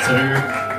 Salut.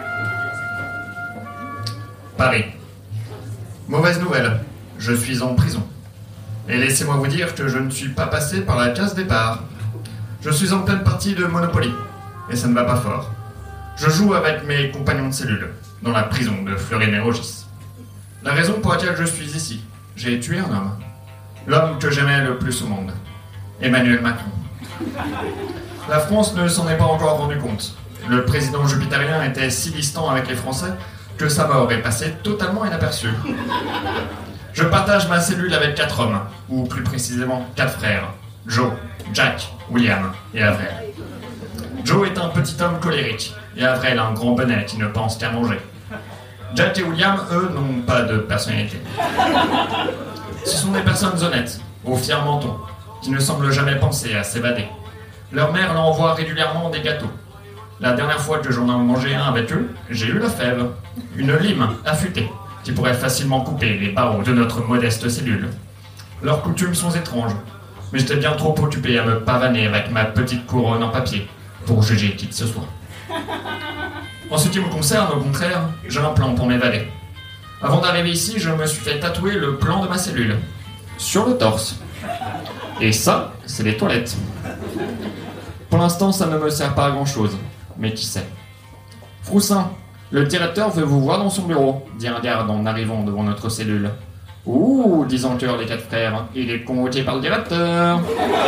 Paris. Mauvaise nouvelle, je suis en prison. Et laissez-moi vous dire que je ne suis pas passé par la case départ. Je suis en pleine partie de Monopoly, et ça ne va pas fort. Je joue avec mes compagnons de cellule, dans la prison de Fleury-Mérogis. La raison pour laquelle je suis ici, j'ai tué un homme. L'homme que j'aimais le plus au monde, Emmanuel Macron. La France ne s'en est pas encore rendu compte. Le président jupitérien était si distant avec les Français que sa mort est passée totalement inaperçue. Je partage ma cellule avec 4 hommes, ou plus précisément 4 frères. Joe, Jack, William et Avril. Joe est un petit homme colérique, et Avril un grand bonnet qui ne pense qu'à manger. Jack et William, eux, n'ont pas de personnalité. Ce sont des personnes honnêtes, au fier menton, qui ne semblent jamais penser à s'évader. Leur mère leur envoie régulièrement des gâteaux. La dernière fois que j'en ai mangé un avec eux, j'ai eu la fève. Une lime affûtée, qui pourrait facilement couper les barreaux de notre modeste cellule. Leurs coutumes sont étranges, mais j'étais bien trop occupé à me pavaner avec ma petite couronne en papier pour juger qui que ce soit. En ce qui me concerne, au contraire, j'ai un plan pour m'évader. Avant d'arriver ici, je me suis fait tatouer le plan de ma cellule, sur le torse. Et ça, c'est les toilettes. Pour l'instant, ça ne me sert pas à grand-chose, mais qui sait. Froussin, le directeur veut vous voir dans son bureau, dit un garde en arrivant devant notre cellule. Ouh, disent en chœur les 4 frères, il est convoqué par le directeur.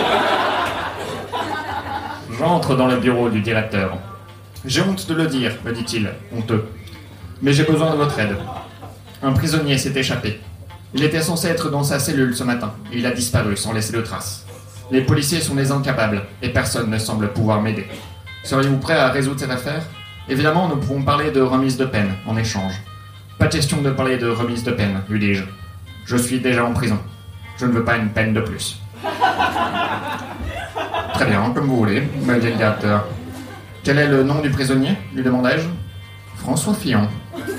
J'entre dans le bureau du directeur. J'ai honte de le dire, me dit-il, honteux. Mais j'ai besoin de votre aide. Un prisonnier s'est échappé. Il était censé être dans sa cellule ce matin, et il a disparu sans laisser de traces. Les policiers sont des incapables, et personne ne semble pouvoir m'aider. Seriez-vous prêt à résoudre cette affaire ? Évidemment, nous pouvons parler de remise de peine en échange. Pas question de parler de remise de peine, lui dis-je. Je suis déjà en prison. Je ne veux pas une peine de plus. Très bien, comme vous voulez, me dit le directeur. Quel est le nom du prisonnier ? Lui demandai-je. François Fillon.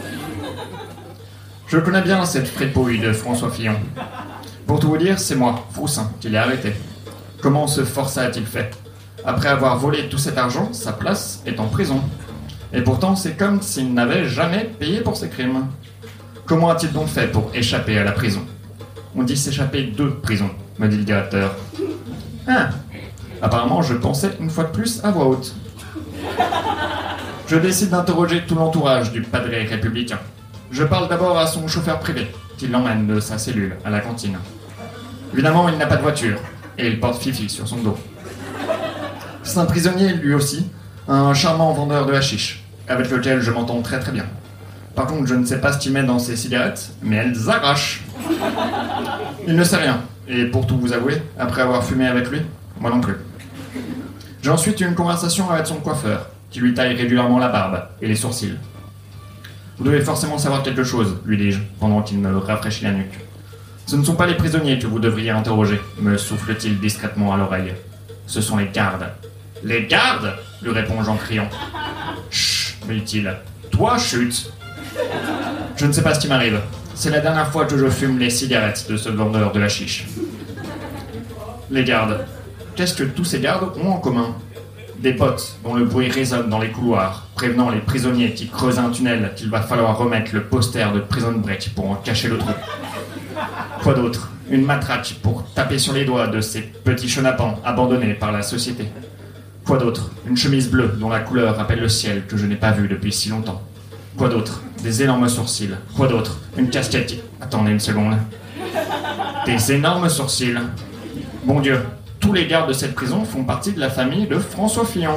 Je connais bien cette fripouille de François Fillon. Pour tout vous dire, c'est moi, Froussin, qui l'ai arrêté. Comment ce forçat a-t-il fait ? Après avoir volé tout cet argent, sa place est en prison. Et pourtant, c'est comme s'il n'avait jamais payé pour ses crimes. Comment a-t-il donc fait pour échapper à la prison ? On dit s'échapper de prison, me dit le directeur. Ah ! Apparemment, je pensais une fois de plus à voix haute. Je décide d'interroger tout l'entourage du padre républicain. Je parle d'abord à son chauffeur privé, qui l'emmène de sa cellule à la cantine. Évidemment, il n'a pas de voiture, et il porte Fifi sur son dos. C'est un prisonnier, lui aussi, un charmant vendeur de hashish, avec lequel je m'entends très très bien. Par contre, je ne sais pas ce qu'il met dans ses cigarettes, mais elles arrachent. Il ne sait rien, et pour tout vous avouer, après avoir fumé avec lui, moi non plus. J'ai ensuite eu une conversation avec son coiffeur, qui lui taille régulièrement la barbe et les sourcils. Vous devez forcément savoir quelque chose, lui dis-je, pendant qu'il me rafraîchit la nuque. Ce ne sont pas les prisonniers que vous devriez interroger, me souffle-t-il discrètement à l'oreille. Ce sont les gardes. Les gardes ? lui réponds-je en criant. Chut, me dit-il. Toi, chute. Je ne sais pas ce qui m'arrive. C'est la dernière fois que je fume les cigarettes de ce vendeur de hashish. Les gardes. Qu'est-ce que tous ces gardes ont en commun ? Des potes dont le bruit résonne dans les couloirs, prévenant les prisonniers qui creusent un tunnel qu'il va falloir remettre le poster de Prison Break pour en cacher le trou. Quoi d'autre ? Une matraque pour taper sur les doigts de ces petits chenapans abandonnés par la société. Quoi d'autre ? Une chemise bleue dont la couleur rappelle le ciel que je n'ai pas vu depuis si longtemps. Quoi d'autre ? Des énormes sourcils. Quoi d'autre ? Une casquette qui... Attendez une seconde. Des énormes sourcils. Bon Dieu, tous les gardes de cette prison font partie de la famille de François Fillon.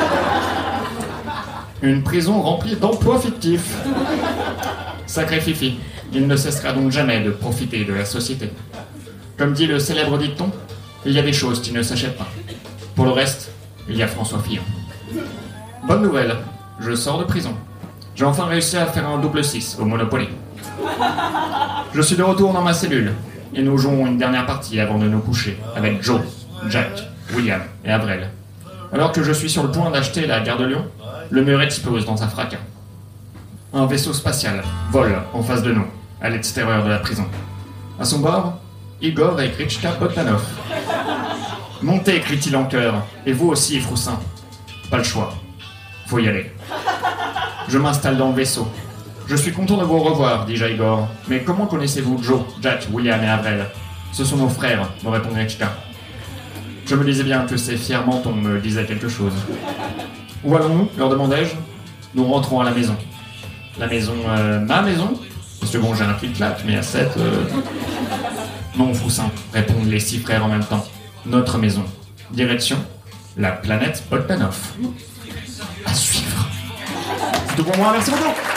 Une prison remplie d'emplois fictifs. Sacré Fifi, il ne cessera donc jamais de profiter de la société. Comme dit le célèbre dicton, il y a des choses qui ne s'achètent pas. Pour le reste, il y a François Fillon. Bonne nouvelle, je sors de prison. J'ai enfin réussi à faire un double 6 au Monopoly. Je suis de retour dans ma cellule, et nous jouons une dernière partie avant de nous coucher, avec Joe, Jack, William et Avril. Alors que je suis sur le point d'acheter la gare de Lyon, le mur explose dans un fracas. Un vaisseau spatial vole en face de nous, à l'extérieur de la prison. À son bord, Igor et Gritchka Bogdanov. « Montez !» crie-t-il en chœur. « Et vous aussi, Froussin. » Pas le choix. Faut y aller. Je m'installe dans le vaisseau. Je suis content de vous revoir, dis-je à Igor. Mais comment connaissez-vous Joe, Jack, William et Avril? Ce sont nos frères, me répond Gretchka. Je me disais bien que ces fiers mentons me disaient quelque chose. Où allons-nous leur demandai-je. Nous rentrons à la maison. La maison, ma maison? Parce que bon, j'ai un clic-clac, mais à 7... Non, Froussin, répondent les 6 frères en même temps. Notre maison. Direction, la planète Bogdanov. À suivre. C'est tout pour moi, merci beaucoup.